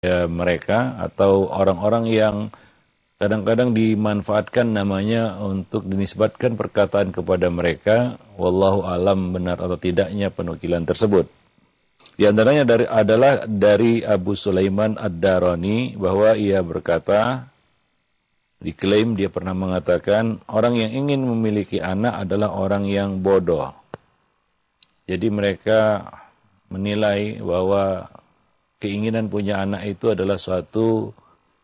mereka atau orang-orang yang kadang-kadang dimanfaatkan namanya untuk dinisbatkan perkataan kepada mereka, wallahu alam benar atau tidaknya penukilan tersebut. Di antaranya adalah dari Abu Sulaiman Ad-Darani bahwa ia berkata, diklaim dia pernah mengatakan, orang yang ingin memiliki anak adalah orang yang bodoh. Jadi mereka menilai bahwa keinginan punya anak itu adalah suatu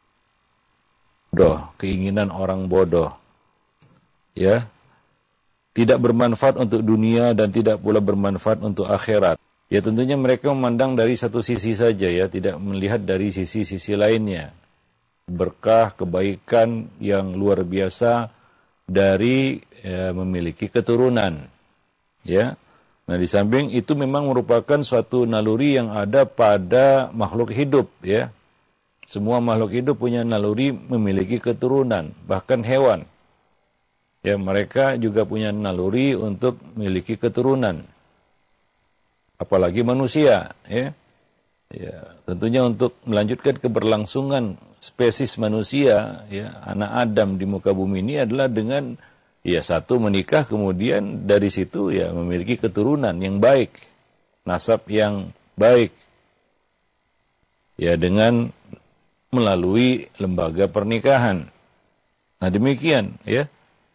keinginan orang bodoh. Ya. Tidak bermanfaat untuk dunia dan tidak pula bermanfaat untuk akhirat. Ya tentunya mereka memandang dari satu sisi saja ya, tidak melihat dari sisi-sisi lainnya. Berkah, kebaikan yang luar biasa dari memiliki keturunan. Ya. Nah, di samping itu memang merupakan suatu naluri yang ada pada makhluk hidup ya. Semua makhluk hidup punya naluri memiliki keturunan, bahkan hewan. Ya, mereka juga punya naluri untuk memiliki keturunan. Apalagi manusia, ya. Ya, tentunya untuk melanjutkan keberlangsungan spesies manusia, ya, anak Adam di muka bumi ini adalah dengan ya satu menikah, kemudian dari situ ya memiliki keturunan yang baik, nasab yang baik. Ya, dengan melalui lembaga pernikahan. Nah demikian ya,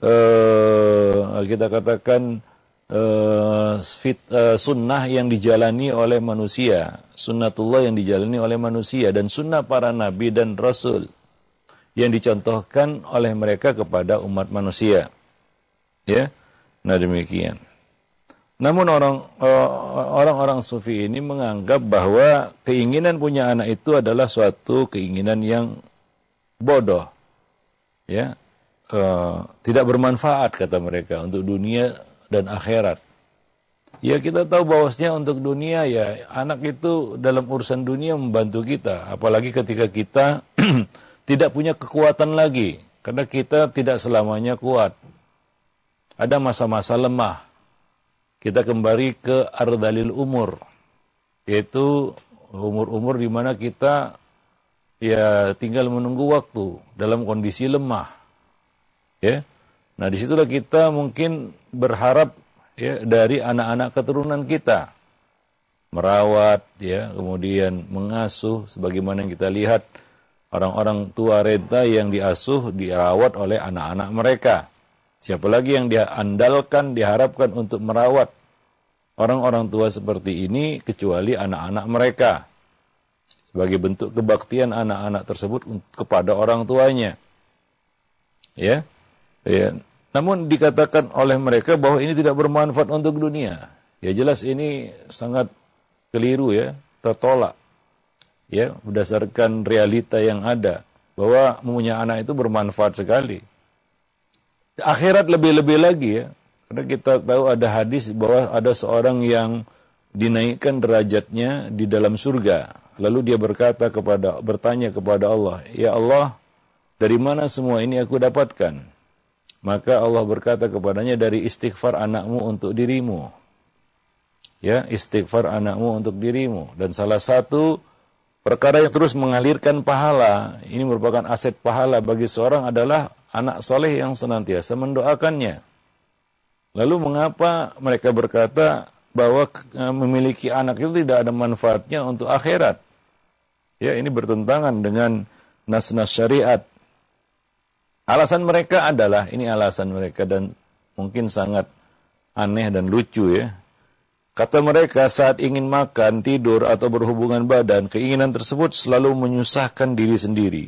kita katakan sunnah yang dijalani oleh manusia, sunnatullah yang dijalani oleh manusia, dan sunnah para nabi dan rasul yang dicontohkan oleh mereka kepada umat manusia. Ya, nah demikian. Namun orang-orang sufi ini menganggap bahwa keinginan punya anak itu adalah suatu keinginan yang bodoh, ya, tidak bermanfaat kata mereka untuk dunia dan akhirat. Ya kita tahu bahwasanya untuk dunia ya anak itu dalam urusan dunia membantu kita, apalagi ketika kita tidak punya kekuatan lagi, karena kita tidak selamanya kuat. Ada masa-masa lemah. Kita kembali ke ardalil umur, yaitu umur-umur di mana kita ya tinggal menunggu waktu dalam kondisi lemah. Ya. Nah, disitulah kita mungkin berharap ya dari anak-anak keturunan kita merawat ya, kemudian mengasuh sebagaimana yang kita lihat orang-orang tua renta yang diasuh, dirawat oleh anak-anak mereka. Siapa lagi yang diandalkan, diharapkan untuk merawat orang-orang tua seperti ini kecuali anak-anak mereka. Sebagai bentuk kebaktian anak-anak tersebut kepada orang tuanya. Ya. Ya. Namun dikatakan oleh mereka bahwa ini tidak bermanfaat untuk dunia. Ya jelas ini sangat keliru ya, tertolak. Ya, berdasarkan realita yang ada bahwa mempunyai anak itu bermanfaat sekali. Akhirat lebih-lebih lagi ya. Karena kita tahu ada hadis bahwa ada seorang yang dinaikkan derajatnya di dalam surga. Lalu dia bertanya kepada Allah, "Ya Allah, dari mana semua ini aku dapatkan?" Maka Allah berkata kepadanya, "Dari istighfar anakmu untuk dirimu." Ya, istighfar anakmu untuk dirimu. Dan salah satu perkara yang terus mengalirkan pahala, ini merupakan aset pahala bagi seorang adalah anak soleh yang senantiasa mendoakannya. Lalu mengapa mereka berkata bahwa memiliki anak itu tidak ada manfaatnya untuk akhirat? Ya, ini bertentangan dengan nas-nas syariat. Alasan mereka adalah, ini alasan mereka dan mungkin sangat aneh dan lucu ya. Kata mereka saat ingin makan, tidur, atau berhubungan badan, keinginan tersebut selalu menyusahkan diri sendiri.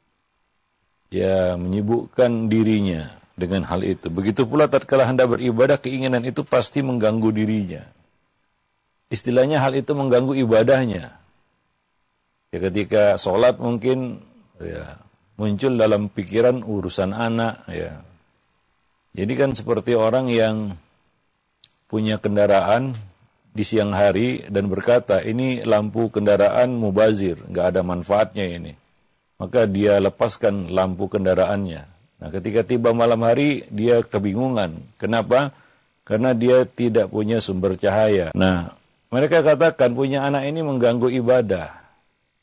Ya, menyibukkan dirinya dengan hal itu. Begitu pula tatkala hendak beribadah, keinginan itu pasti mengganggu dirinya. Istilahnya hal itu mengganggu ibadahnya. Ya, ketika sholat mungkin ya, muncul dalam pikiran urusan anak. Ya. Jadi kan seperti orang yang punya kendaraan di siang hari dan berkata, ini lampu kendaraan mubazir, nggak ada manfaatnya ini. Maka dia lepaskan lampu kendaraannya. Nah, ketika tiba malam hari, dia kebingungan. Kenapa? Karena dia tidak punya sumber cahaya. Nah, mereka katakan punya anak ini mengganggu ibadah.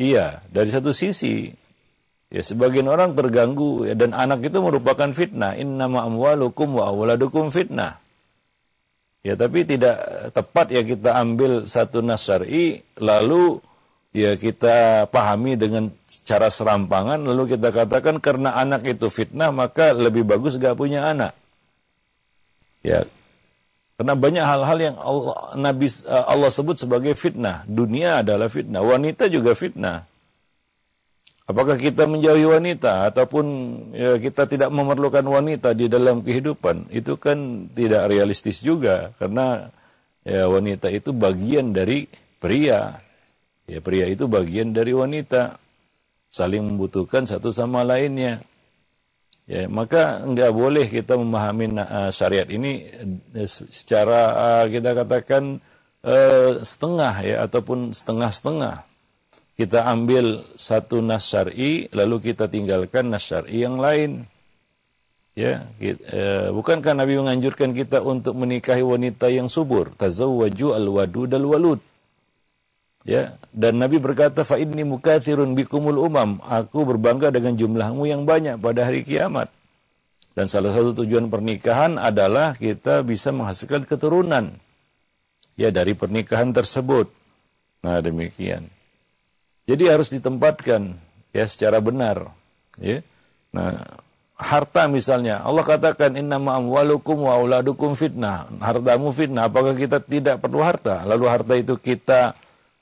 Iya, dari satu sisi ya sebagian orang terganggu ya, dan anak itu merupakan fitnah. Innama amwalukum wa auladukum fitnah. Ya, tapi tidak tepat ya kita ambil satu nas syar'i lalu ya kita pahami dengan cara serampangan lalu kita katakan karena anak itu fitnah maka lebih bagus gak punya anak. Ya. Karena banyak hal-hal yang Allah sebut sebagai fitnah. Dunia adalah fitnah, wanita juga fitnah. Apakah kita menjauhi wanita ataupun ya, kita tidak memerlukan wanita di dalam kehidupan? Itu kan tidak realistis juga karena ya, wanita itu bagian dari pria. Ya, pria itu bagian dari wanita, saling membutuhkan satu sama lainnya. Ya, maka enggak boleh kita memahami syariat ini secara kita katakan setengah ya ataupun setengah-setengah. Kita ambil satu nas syar'i lalu kita tinggalkan nas syar'i yang lain. Ya, bukankah Nabi menganjurkan kita untuk menikahi wanita yang subur? Tazawwaju al-wadud al-walud. Ya, dan Nabi berkata fa inni mukatsirun bikumul umam, aku berbangga dengan jumlahmu yang banyak pada hari kiamat. Dan salah satu tujuan pernikahan adalah kita bisa menghasilkan keturunan ya dari pernikahan tersebut. Nah, demikian. Jadi harus ditempatkan ya secara benar, ya. Nah, harta misalnya, Allah katakan innama amwalukum wa auladukum fitnah. Hartamu fitnah. Apakah kita tidak perlu harta? Lalu harta itu kita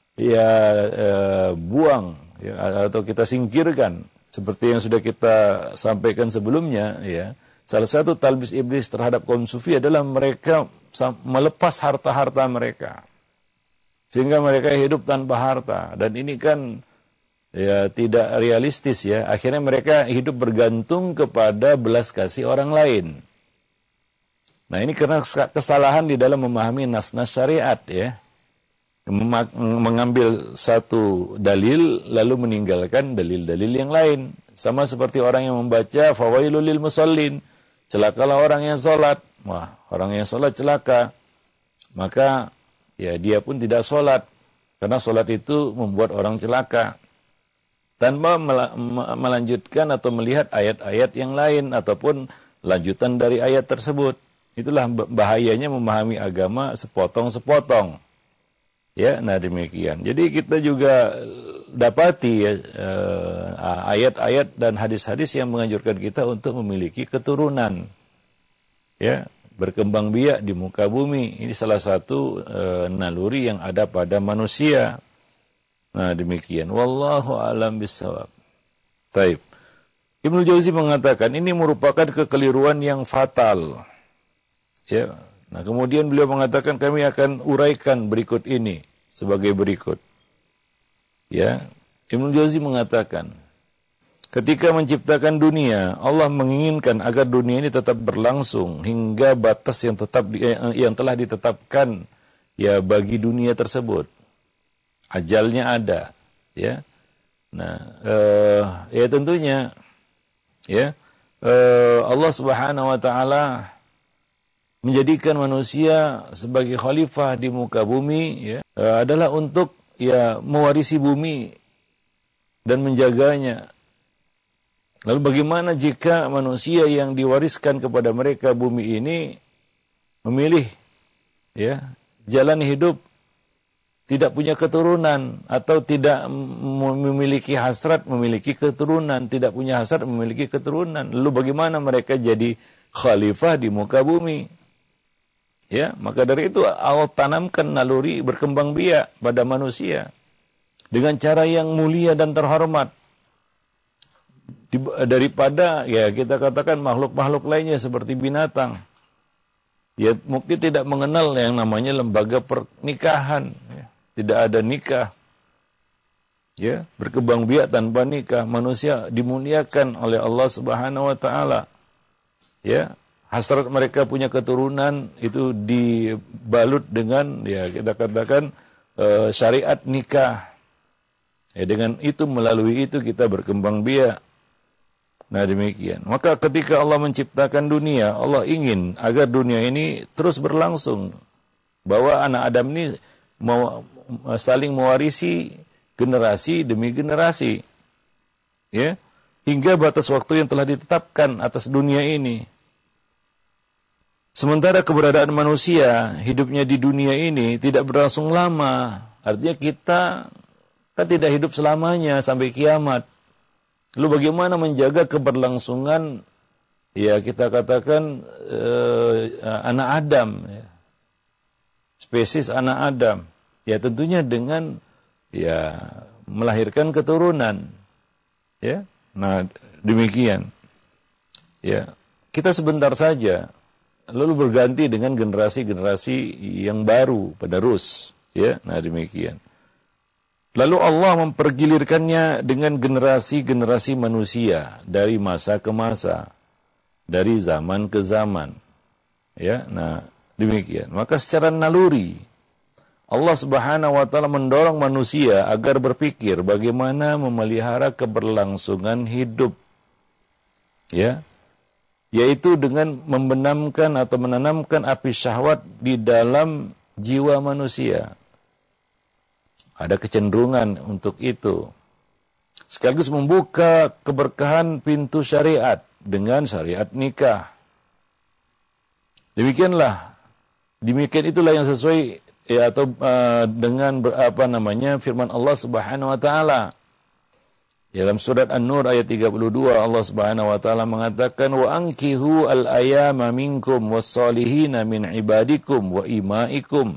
buang ya, atau kita singkirkan seperti yang sudah kita sampaikan sebelumnya ya. Salah satu talbis iblis terhadap kaum sufi adalah mereka melepas harta-harta mereka sehingga mereka hidup tanpa harta, dan ini kan ya tidak realistis ya. Akhirnya mereka hidup bergantung kepada belas kasih orang lain. Nah, ini karena kesalahan di dalam memahami nas-nas syariat ya. Mengambil satu dalil lalu meninggalkan dalil-dalil yang lain. Sama seperti orang yang membaca fawailul lil musallin, celakalah orang yang salat. Wah, orang yang salat celaka. Maka ya dia pun tidak salat karena salat itu membuat orang celaka. Tanpa melanjutkan atau melihat ayat-ayat yang lain ataupun lanjutan dari ayat tersebut. Itulah bahayanya memahami agama sepotong-sepotong. Ya, nah demikian. Jadi kita juga dapati ya, ayat-ayat dan hadis-hadis yang menganjurkan kita untuk memiliki keturunan. Ya, berkembang biak di muka bumi. Ini salah satu naluri yang ada pada manusia. Nah, demikian. Wallahu a'lam bishawab. Taib. Ibnu Jauzi mengatakan ini merupakan kekeliruan yang fatal. Ya. Nah, kemudian beliau mengatakan kami akan uraikan berikut ini sebagai berikut. Ya, Ibnu Jauzi mengatakan, ketika menciptakan dunia, Allah menginginkan agar dunia ini tetap berlangsung hingga batas yang yang telah ditetapkan ya bagi dunia tersebut. Ajalnya ada, ya. Nah, ya tentunya, ya Allah Subhanahu Wa Taala menjadikan manusia sebagai khalifah di muka bumi ya, adalah untuk ya mewarisi bumi dan menjaganya. Lalu bagaimana jika manusia yang diwariskan kepada mereka bumi ini memilih ya jalan hidup tidak punya keturunan atau tidak memiliki hasrat memiliki keturunan, tidak punya hasrat memiliki keturunan. Lalu bagaimana mereka jadi khalifah di muka bumi? Ya, maka dari itu Allah tanamkan naluri berkembang biak pada manusia dengan cara yang mulia dan terhormat daripada ya kita katakan makhluk-makhluk lainnya seperti binatang. Ya, mungkin tidak mengenal yang namanya lembaga pernikahan, ya. Tidak ada nikah. Ya, berkembang biak tanpa nikah, manusia dimuliakan oleh Allah Subhanahu wa taala. Ya, hasrat mereka punya keturunan itu dibalut dengan ya kita katakan syariat nikah. Ya, dengan itu melalui itu kita berkembang biak. Nah, demikian. Maka ketika Allah menciptakan dunia, Allah ingin agar dunia ini terus berlangsung. Bahwa anak Adam ini mau saling mewarisi generasi demi generasi. Ya, hingga batas waktu yang telah ditetapkan atas dunia ini. Sementara keberadaan manusia, hidupnya di dunia ini tidak berlangsung lama. Artinya kita kan tidak hidup selamanya sampai kiamat. Lalu bagaimana menjaga keberlangsungan, ya kita katakan anak Adam, ya. Spesies anak Adam. Ya tentunya dengan ya melahirkan keturunan. Ya, nah demikian. Ya, kita sebentar saja lalu berganti dengan generasi-generasi yang baru, penerus. Ya, nah demikian. Lalu Allah mempergilirkannya dengan generasi-generasi manusia dari masa ke masa, dari zaman ke zaman. Ya, nah demikian. Maka secara naluri Allah Subhanahu wa taala mendorong manusia agar berpikir bagaimana memelihara keberlangsungan hidup. Ya. Yaitu dengan membenamkan atau menanamkan api syahwat di dalam jiwa manusia. Ada kecenderungan untuk itu. Sekaligus membuka keberkahan pintu syariat dengan syariat nikah. Demikian itulah yang sesuai ya atau dengan firman Allah Subhanahu wa taala. Dalam surat An-Nur ayat 32 Allah Subhanahu wa taala mengatakan wa ankihu al-ayama minkum was-solihina min ibadikum wa imaikum.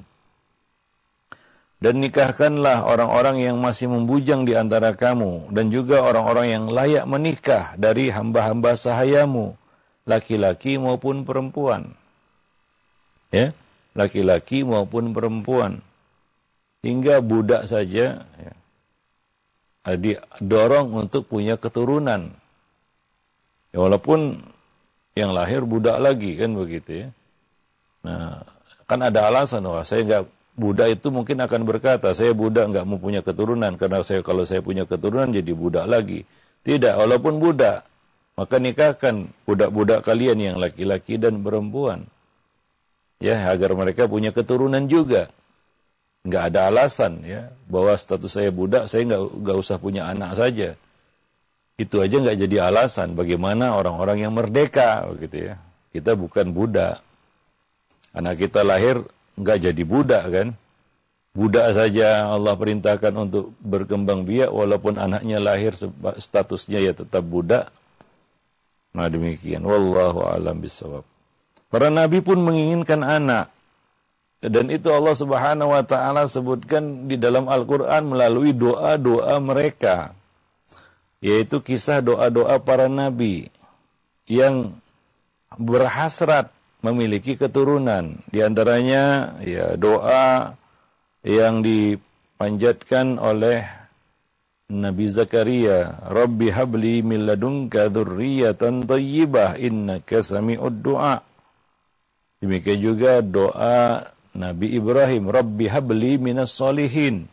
Dan nikahkanlah orang-orang yang masih membujang di antara kamu dan juga orang-orang yang layak menikah dari hamba-hamba sahayamu, laki-laki maupun perempuan. Ya, laki-laki maupun perempuan. Hingga budak saja ya, didorong untuk punya keturunan. Ya, walaupun yang lahir budak lagi kan begitu ya. Nah, kan ada alasan saya enggak budak itu mungkin akan berkata, saya budak enggak mau punya keturunan karena kalau saya punya keturunan jadi budak lagi. Tidak, walaupun budak, maka nikahkan budak-budak kalian yang laki-laki dan perempuan. Ya, agar mereka punya keturunan juga. Enggak ada alasan ya bahwa status saya budak, saya enggak usah punya anak saja. Itu aja enggak jadi alasan bagaimana orang-orang yang merdeka begitu ya. Kita bukan budak. Anak kita lahir enggak jadi budak kan. Budak saja Allah perintahkan untuk berkembang biak walaupun anaknya lahir statusnya ya tetap budak. Nah demikian. Wallahu a'lam bishawab. Para nabi pun menginginkan anak. Dan itu Allah Subhanahu wa taala sebutkan di dalam Al-Qur'an melalui doa-doa mereka. Yaitu kisah doa-doa para nabi yang berhasrat memiliki keturunan. Di antaranya ya doa yang dipanjatkan oleh Nabi Zakaria, Rabbi habli min ladunka dzurriyyatan thayyibah innaka sami'ud du'a. Demikian juga doa Nabi Ibrahim, Rabbi habli minas solihin.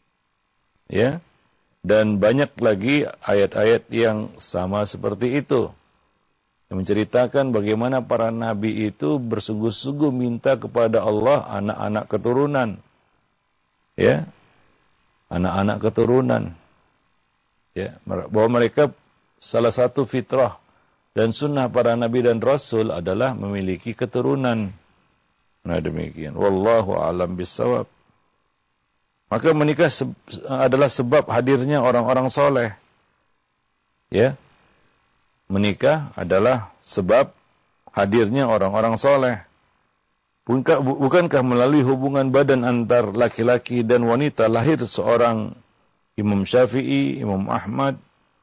Ya. Dan banyak lagi ayat-ayat yang sama seperti itu. Yang menceritakan bagaimana para nabi itu bersungguh-sungguh minta kepada Allah anak-anak keturunan. Ya. Anak-anak keturunan. Ya, bahwa mereka salah satu fitrah dan sunnah para nabi dan rasul adalah memiliki keturunan. Nah demikian. Wallahu a'lam bishawab. Maka menikah adalah sebab hadirnya orang-orang soleh. Ya. Menikah adalah sebab hadirnya orang-orang soleh. Bukankah melalui hubungan badan antar laki-laki dan wanita lahir seorang Imam Syafi'i, Imam Ahmad,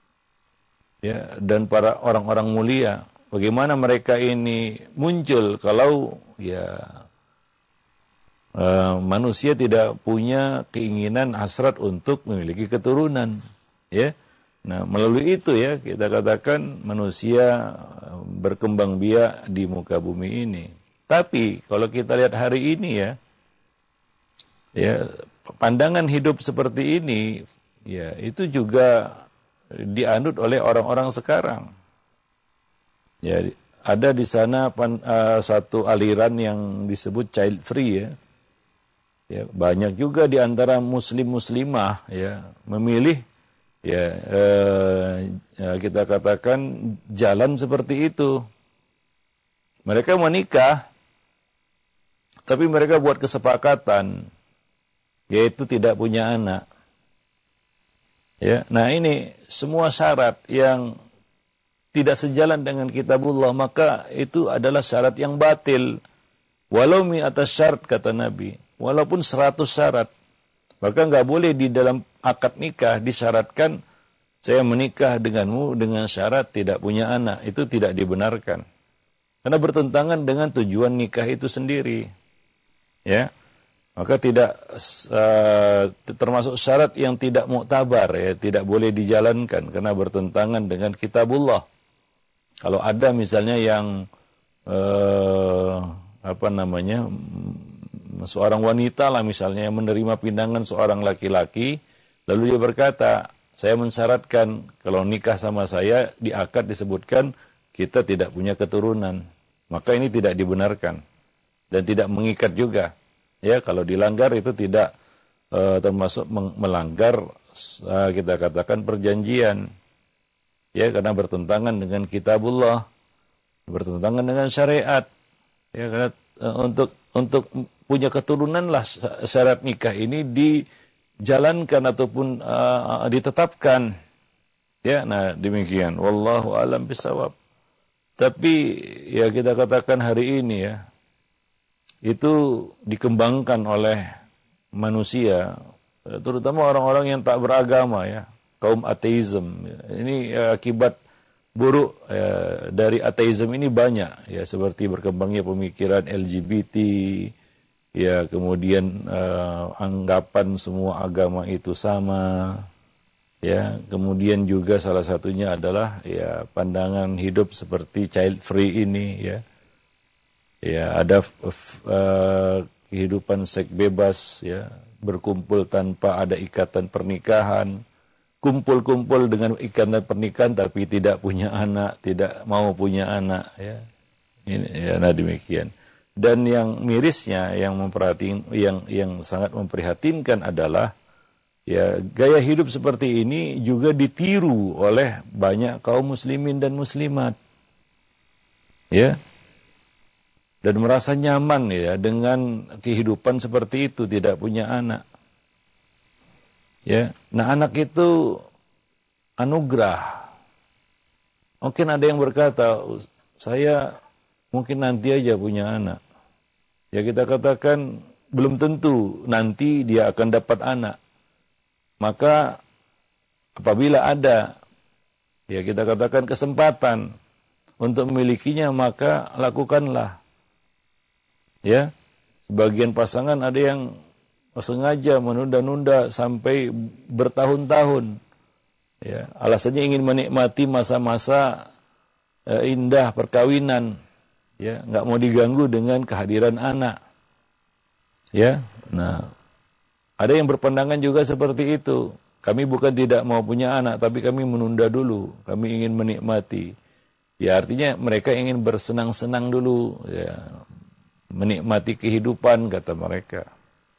ya, dan para orang-orang mulia. Bagaimana mereka ini muncul kalau ya manusia tidak punya keinginan hasrat untuk memiliki keturunan, ya. Nah, melalui itu ya kita katakan manusia berkembang biak di muka bumi ini. Tapi kalau kita lihat hari ini ya pandangan hidup seperti ini ya itu juga dianut oleh orang-orang sekarang. Ya, ada di sana satu aliran yang disebut child free ya. Ya, banyak juga di antara muslim-muslimah ya memilih ya, kita katakan jalan seperti itu. Mereka menikah, tapi mereka buat kesepakatan, yaitu tidak punya anak. Ya, nah ini semua syarat yang tidak sejalan dengan kitabullah, maka itu adalah syarat yang batil. Walau mi atas syarat, kata Nabi. Walaupun 100 syarat. Maka nggak boleh di dalam akad nikah disyaratkan, saya menikah denganmu dengan syarat tidak punya anak. Itu tidak dibenarkan. Karena bertentangan dengan tujuan nikah itu sendiri. Ya, maka tidak termasuk syarat yang tidak muktabar, ya, tidak boleh dijalankan karena bertentangan dengan kitabullah. Kalau ada misalnya yang seorang wanita lah misalnya yang menerima pinangan seorang laki-laki, lalu dia berkata, saya mensyaratkan kalau nikah sama saya di akad disebutkan kita tidak punya keturunan, maka ini tidak dibenarkan dan tidak mengikat juga. Ya, kalau dilanggar itu tidak termasuk melanggar kita katakan perjanjian. Ya, karena bertentangan dengan kitabullah, bertentangan dengan syariat. Ya, karena untuk punya keturunan lah syarat nikah ini dijalankan ataupun ditetapkan. Ya, nah demikian. Wallahu a'lam bishawab. Tapi ya kita katakan hari ini ya, itu dikembangkan oleh manusia, terutama orang-orang yang tak beragama ya, kaum ateisme. Ini akibat buruk dari ateisme ini banyak ya, seperti berkembangnya pemikiran LGBT ya, kemudian anggapan semua agama itu sama ya, kemudian juga salah satunya adalah ya pandangan hidup seperti child free ini ya. Ya, ada kehidupan seks bebas ya, berkumpul tanpa ada ikatan pernikahan, kumpul-kumpul dengan ikatan pernikahan tapi tidak punya anak, tidak mau punya anak ya. Ini ya, nah demikian. Dan yang mirisnya yang sangat memprihatinkan adalah ya gaya hidup seperti ini juga ditiru oleh banyak kaum muslimin dan muslimat. Ya. Dan merasa nyaman ya dengan kehidupan seperti itu, tidak punya anak. Ya, nah anak itu anugerah. Mungkin ada yang berkata, saya mungkin nanti aja punya anak. Ya kita katakan belum tentu nanti dia akan dapat anak. Maka apabila ada, ya kita katakan kesempatan untuk memilikinya, maka lakukanlah. Ya, sebagian pasangan ada yang sengaja menunda-nunda sampai bertahun-tahun. Ya, alasannya ingin menikmati masa-masa indah perkawinan. Ya, nggak mau diganggu dengan kehadiran anak. Ya, nah ada yang berpandangan juga seperti itu. Kami bukan tidak mau punya anak, tapi kami menunda dulu. Kami ingin menikmati. Ya, artinya mereka ingin bersenang-senang dulu. Ya, menikmati kehidupan, kata mereka.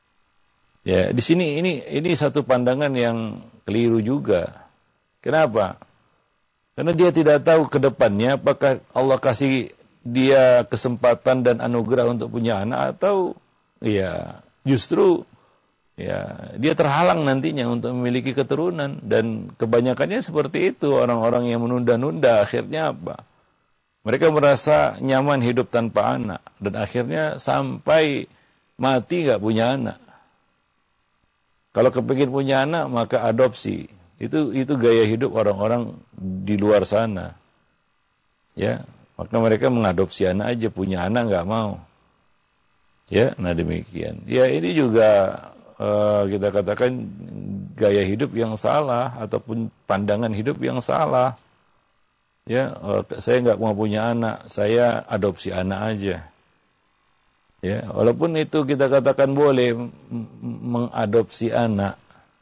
Ya, di sini ini satu pandangan yang keliru juga. Kenapa? Karena dia tidak tahu ke depannya apakah Allah kasih dia kesempatan dan anugerah untuk punya anak atau ya justru ya dia terhalang nantinya untuk memiliki keturunan. Dan kebanyakannya seperti itu, orang-orang yang menunda-nunda akhirnya apa? Mereka merasa nyaman hidup tanpa anak dan akhirnya sampai mati nggak punya anak. Kalau kepingin punya anak maka adopsi. Itu gaya hidup orang-orang di luar sana. Ya, maka mereka mengadopsi anak aja, punya anak nggak mau. Ya, nah demikian. Ya ini juga kita katakan gaya hidup yang salah ataupun pandangan hidup yang salah. Ya, saya nggak mau punya anak, saya adopsi anak aja. Ya, walaupun itu kita katakan boleh mengadopsi anak.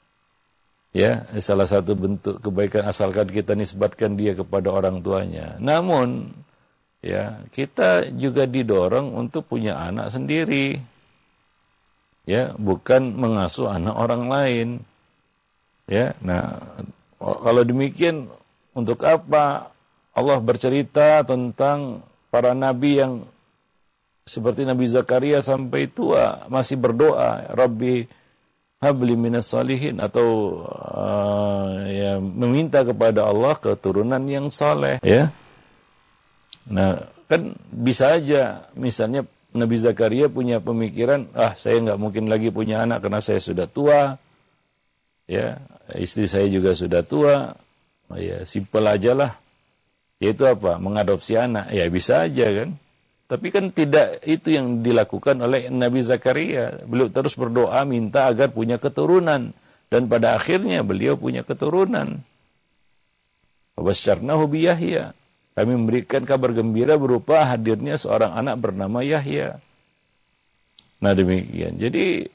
Ya, salah satu bentuk kebaikan asalkan kita nisbatkan dia kepada orang tuanya. Namun, ya, kita juga didorong untuk punya anak sendiri. ya, bukan mengasuh anak orang lain. Ya, nah kalau demikian untuk apa Allah bercerita tentang para nabi yang seperti Nabi Zakaria sampai tua masih berdoa, Rabbi habli minas salihin, atau ya meminta kepada Allah keturunan yang saleh, ya. Nah, kan bisa aja misalnya Nabi Zakaria punya pemikiran, saya nggak mungkin lagi punya anak karena saya sudah tua, ya, istri saya juga sudah tua, ya simpel aja lah, yaitu apa, mengadopsi anak, ya bisa aja kan. Tapi kan tidak itu yang dilakukan oleh Nabi Zakaria. Beliau terus berdoa minta agar punya keturunan, dan pada akhirnya beliau punya keturunan. Wabasyarnahu bi Yahya. Kami memberikan kabar gembira berupa hadirnya seorang anak bernama Yahya. Nah demikian. Jadi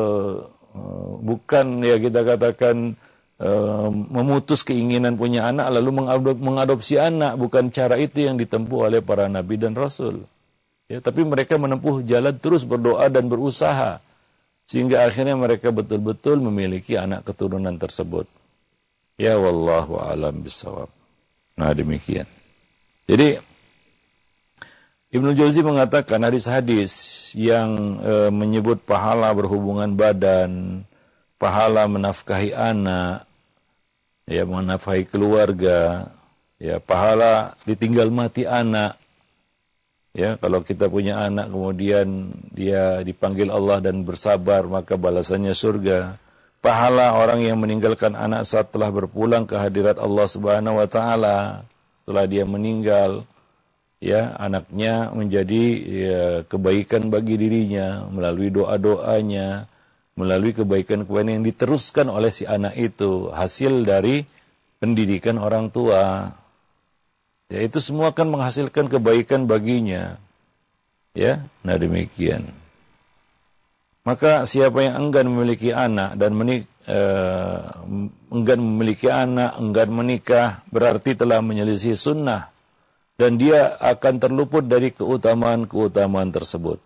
bukan ya kita katakan memutus keinginan punya anak lalu mengadopsi anak. Bukan cara itu yang ditempuh oleh para nabi dan rasul. Ya, tapi mereka menempuh jalan terus berdoa dan berusaha. Sehingga akhirnya mereka betul-betul memiliki anak keturunan tersebut. Ya wallahu a'lam bishawab. Nah demikian. Jadi Ibnu Jauzi mengatakan hadis-hadis yang menyebut pahala berhubungan badan, pahala menafkahi anak, ya menafkahi keluarga, ya pahala ditinggal mati anak. Ya, kalau kita punya anak kemudian dia dipanggil Allah dan bersabar, maka balasannya surga. Pahala orang yang meninggalkan anak saat telah berpulang ke hadirat Allah Subhanahu wa taala, setelah dia meninggal, ya, anaknya menjadi ya, kebaikan bagi dirinya melalui doa-doanya, melalui kebaikan-kebaikan yang diteruskan oleh si anak itu, hasil dari pendidikan orang tua. Ya, itu semua akan menghasilkan kebaikan baginya. Ya, nah demikian. Maka siapa yang enggan memiliki anak dan enggan memiliki anak, enggan menikah, berarti telah menyelisih sunnah. Dan dia akan terluput dari keutamaan-keutamaan tersebut.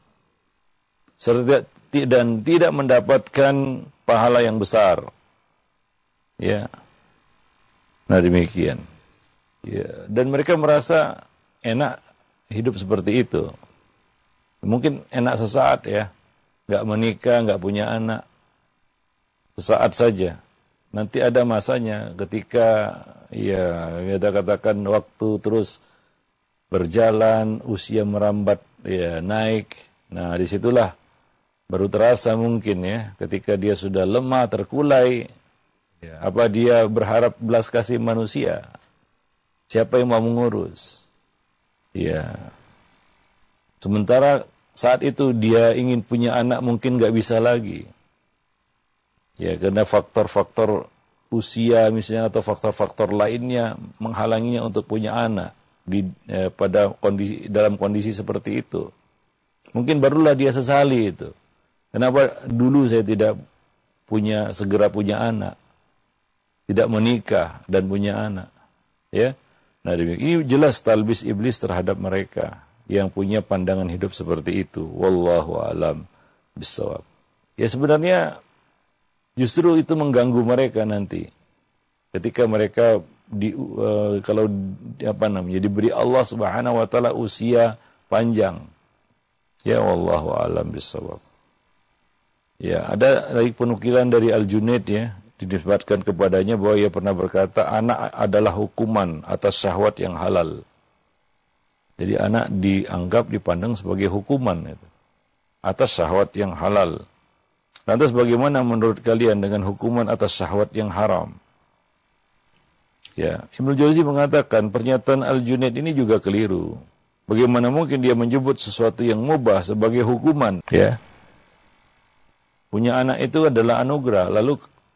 Dan tidak mendapatkan pahala yang besar. Ya, nah demikian. Ya, dan mereka merasa enak hidup seperti itu. Mungkin enak sesaat ya, nggak menikah, nggak punya anak, sesaat saja. Nanti ada masanya ketika ya kita katakan waktu terus berjalan, usia merambat ya naik. Nah disitulah baru terasa mungkin ya, ketika dia sudah lemah, terkulai. Ya, apa dia berharap belas kasih manusia? Siapa yang mau mengurus? Ya. Sementara saat itu dia ingin punya anak mungkin nggak bisa lagi. Ya, karena faktor-faktor usia misalnya atau faktor-faktor lainnya menghalanginya untuk punya anak dalam kondisi seperti itu. Mungkin barulah dia sesali itu. Kenapa dulu saya tidak segera punya anak, tidak menikah dan punya anak? Ya. Nah, ini jelas talbis iblis terhadap mereka yang punya pandangan hidup seperti itu. Wallahu a'lam bishawab. Ya sebenarnya justru itu mengganggu mereka nanti. Ketika mereka diberi Allah Subhanahu wa taala usia panjang. Ya wallahu a'lam bishawab. Ya, ada lagi penukilan dari Al-Junaid ya, dinisbatkan kepadanya bahwa ia pernah berkata, anak adalah hukuman atas syahwat yang halal. Jadi anak dipandang sebagai hukuman itu, atas syahwat yang halal. Lantas bagaimana menurut kalian dengan hukuman atas syahwat yang haram? Ya, Ibnu Jauzi mengatakan pernyataan Al-Junaid ini juga keliru. Bagaimana mungkin dia menyebut sesuatu yang mubah sebagai hukuman? Ya, punya anak itu adalah anugerah. Lalu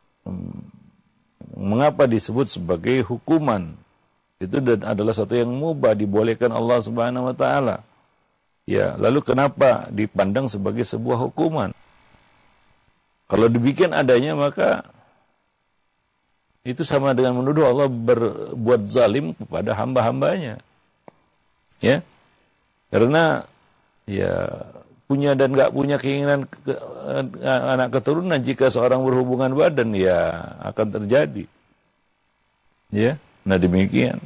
mengapa disebut sebagai hukuman? Itu adalah sesuatu yang mubah, dibolehkan Allah Subhanahu wa taala. Ya, lalu kenapa dipandang sebagai sebuah hukuman? Kalau demikian adanya, maka itu sama dengan menuduh Allah berbuat zalim kepada hamba-hambanya. Ya. Karena ya punya dan nggak punya keinginan anak keturunan jika seorang berhubungan badan ya akan terjadi. Ya, nah demikian.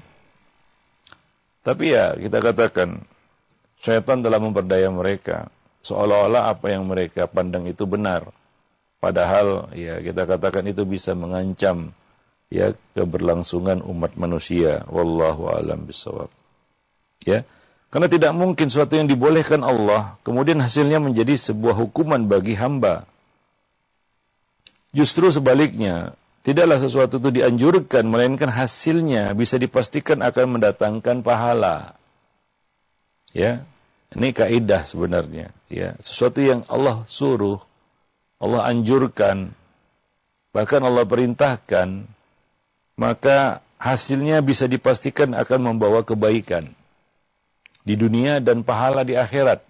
Tapi ya kita katakan syaitan telah memperdaya mereka seolah-olah apa yang mereka pandang itu benar. Padahal ya kita katakan itu bisa mengancam ya keberlangsungan umat manusia. Wallahu a'lam bishawab. Ya. Karena tidak mungkin sesuatu yang dibolehkan Allah kemudian hasilnya menjadi sebuah hukuman bagi hamba. Justru sebaliknya, tidaklah sesuatu itu dianjurkan, melainkan hasilnya bisa dipastikan akan mendatangkan pahala. Ya, ini kaidah sebenarnya. Ya, sesuatu yang Allah suruh, Allah anjurkan, bahkan Allah perintahkan, maka hasilnya bisa dipastikan akan membawa kebaikan di dunia dan pahala di akhirat.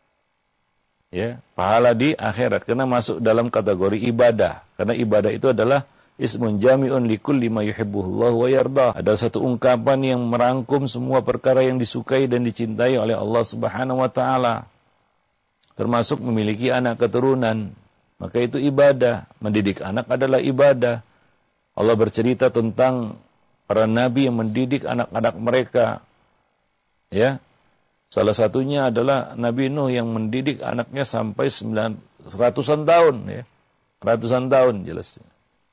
Ya, pahala di akhirat karena masuk dalam kategori ibadah. Karena ibadah itu adalah ismun jami'un likulli ma yuhibbuhullahu wa yardah. Ada satu ungkapan yang merangkum semua perkara yang disukai dan dicintai oleh Allah Subhanahu wa taala. Termasuk memiliki anak keturunan. Maka itu ibadah. Mendidik anak adalah ibadah. Allah bercerita tentang para nabi yang mendidik anak-anak mereka. Ya. Salah satunya adalah Nabi Nuh yang mendidik anaknya sampai ratusan tahun. Ya. Ratusan tahun jelasnya.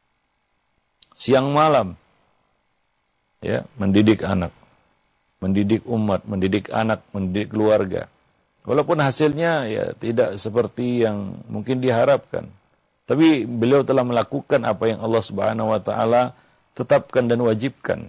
Siang malam. Ya, mendidik anak. Mendidik umat, mendidik anak, mendidik keluarga. Walaupun hasilnya ya tidak seperti yang mungkin diharapkan. Tapi beliau telah melakukan apa yang Allah Subhanahu wa taala tetapkan dan wajibkan.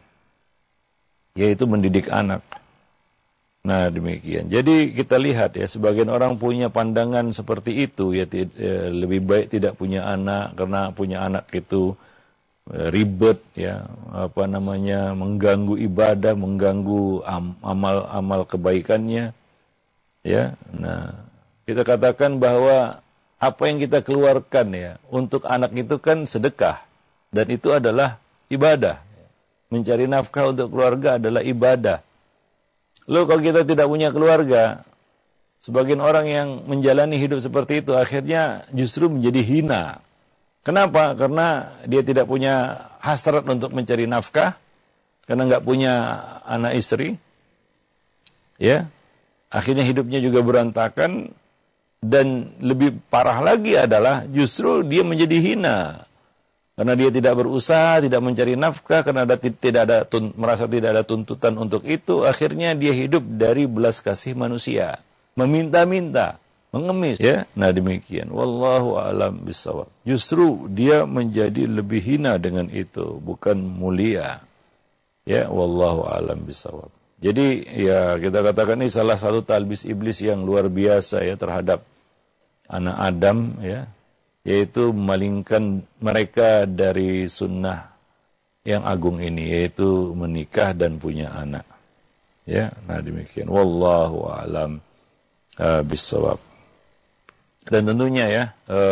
Yaitu mendidik anak. Nah demikian. Jadi kita lihat ya sebagian orang punya pandangan seperti itu ya lebih baik tidak punya anak karena punya anak itu ribet ya mengganggu ibadah, mengganggu amal kebaikannya ya. Nah kita katakan bahwa apa yang kita keluarkan ya untuk anak itu kan sedekah dan itu adalah ibadah. Mencari nafkah untuk keluarga adalah ibadah. Lalu kalau kita tidak punya keluarga, sebagian orang yang menjalani hidup seperti itu akhirnya justru menjadi hina. Kenapa? Karena dia tidak punya hasrat untuk mencari nafkah, karena nggak punya anak istri, ya. Akhirnya hidupnya juga berantakan, dan lebih parah lagi adalah justru dia menjadi hina. Karena dia tidak berusaha, tidak mencari nafkah, karena merasa tidak ada tuntutan untuk itu, akhirnya dia hidup dari belas kasih manusia. Meminta-minta, mengemis. Ya, nah demikian. Wallahu a'lam bishawab. Justru dia menjadi lebih hina dengan itu, bukan mulia. Ya, wallahu a'lam bishawab. Jadi ya kita katakan ini salah satu talbis iblis yang luar biasa ya terhadap anak Adam ya. Yaitu memalingkan mereka dari sunnah yang agung ini, yaitu menikah dan punya anak. Ya, nah demikian. Wallahu a'lam bishawab. Dan tentunya ya,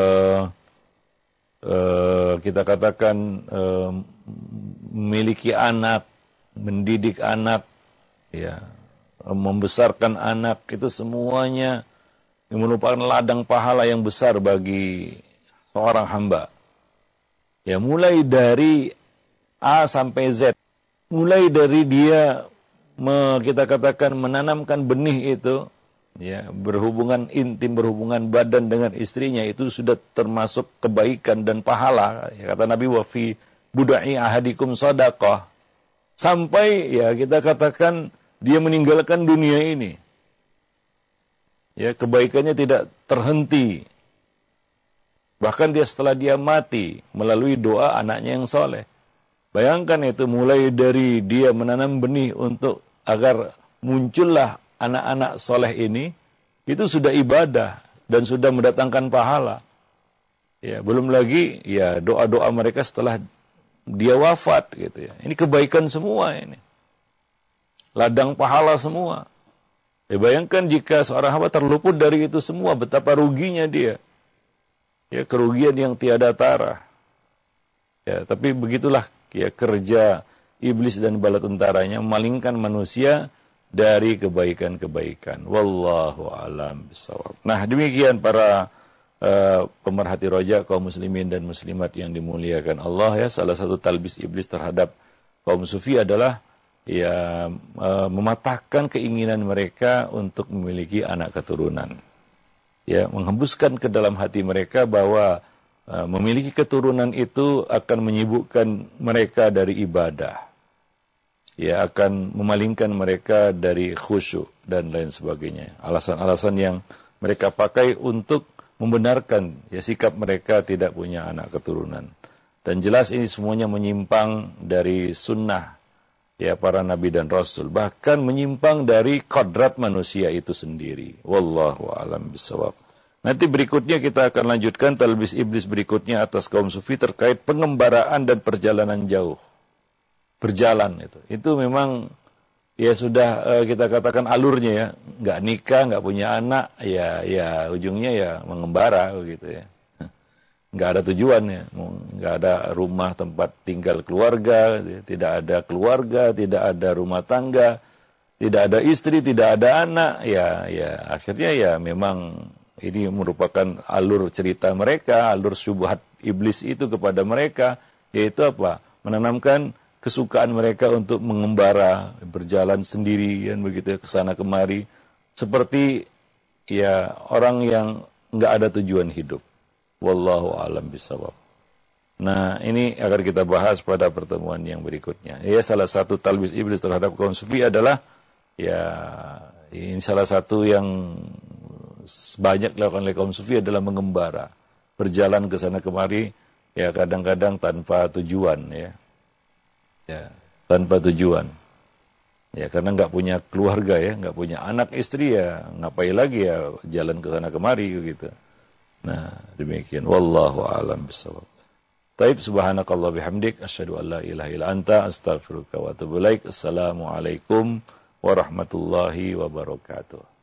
kita katakan memiliki anak, mendidik anak, ya, membesarkan anak itu semuanya merupakan ladang pahala yang besar bagi seorang hamba. Ya, mulai dari A sampai Z. Mulai dari dia kita katakan menanamkan benih itu, ya, berhubungan intim, berhubungan badan dengan istrinya itu sudah termasuk kebaikan dan pahala. Ya, kata Nabi wa fi budai ahadikum shadaqah. Sampai ya kita katakan dia meninggalkan dunia ini. Ya, kebaikannya tidak terhenti. Bahkan dia setelah dia mati melalui doa anaknya yang soleh. Bayangkan itu mulai dari dia menanam benih untuk agar muncullah anak-anak soleh ini, itu sudah ibadah dan sudah mendatangkan pahala. Ya, belum lagi ya doa-doa mereka setelah dia wafat gitu ya. Ini kebaikan semua ini. Ladang pahala semua. Ya, bayangkan jika seorang hamba terluput dari itu semua, betapa ruginya dia. Ya, kerugian yang tiada tara. Ya, tapi begitulah ya kerja iblis dan bala tentaranya memalingkan manusia dari kebaikan-kebaikan. Wallahu a'lam bishawab. Nah, demikian para pemerhati roja kaum muslimin dan muslimat yang dimuliakan Allah ya. Salah satu talbis iblis terhadap kaum sufi adalah ya mematahkan keinginan mereka untuk memiliki anak keturunan. Ya, menghembuskan ke dalam hati mereka bahwa memiliki keturunan itu akan menyibukkan mereka dari ibadah. Ya, akan memalingkan mereka dari khusyuk dan lain sebagainya. Alasan-alasan yang mereka pakai untuk membenarkan ya sikap mereka tidak punya anak keturunan. Dan jelas ini semuanya menyimpang dari sunnah ya para nabi dan rasul, bahkan menyimpang dari kodrat manusia itu sendiri. Wallahu a'lam bishawab. Nanti berikutnya kita akan lanjutkan talbis iblis berikutnya atas kaum sufi terkait pengembaraan dan perjalanan jauh. Berjalan itu memang ya sudah kita katakan alurnya ya, nggak nikah, nggak punya anak, ya ujungnya ya mengembara begitu ya. Nggak ada tujuannya, nggak ada rumah tempat tinggal keluarga, tidak ada keluarga, tidak ada rumah tangga, tidak ada istri, tidak ada anak, ya akhirnya ya memang ini merupakan alur cerita mereka, alur syubhat iblis itu kepada mereka, yaitu apa? Menanamkan kesukaan mereka untuk mengembara, berjalan sendirian begitu ke sana kemari, seperti ya orang yang nggak ada tujuan hidup. Wallahu a'lam bishawab. Nah, ini akan kita bahas pada pertemuan yang berikutnya. Ya, salah satu talbis iblis terhadap kaum sufi adalah ya ini salah satu yang banyak dilakukan oleh kaum sufi adalah mengembara, berjalan ke sana kemari, ya kadang-kadang tanpa tujuan ya. Ya, tanpa tujuan. Ya, karena nggak punya keluarga ya, nggak punya anak istri ya, ngapain lagi ya jalan ke sana kemari gitu. Nah, demikian. Wallahu a'lam bishawab. Taib, subhanakallah bihamdik, asyhadu an la ilaha illa anta, astaghfiruka wa atubu ilaik. Assalamualaikum warahmatullahi wabarakatuh.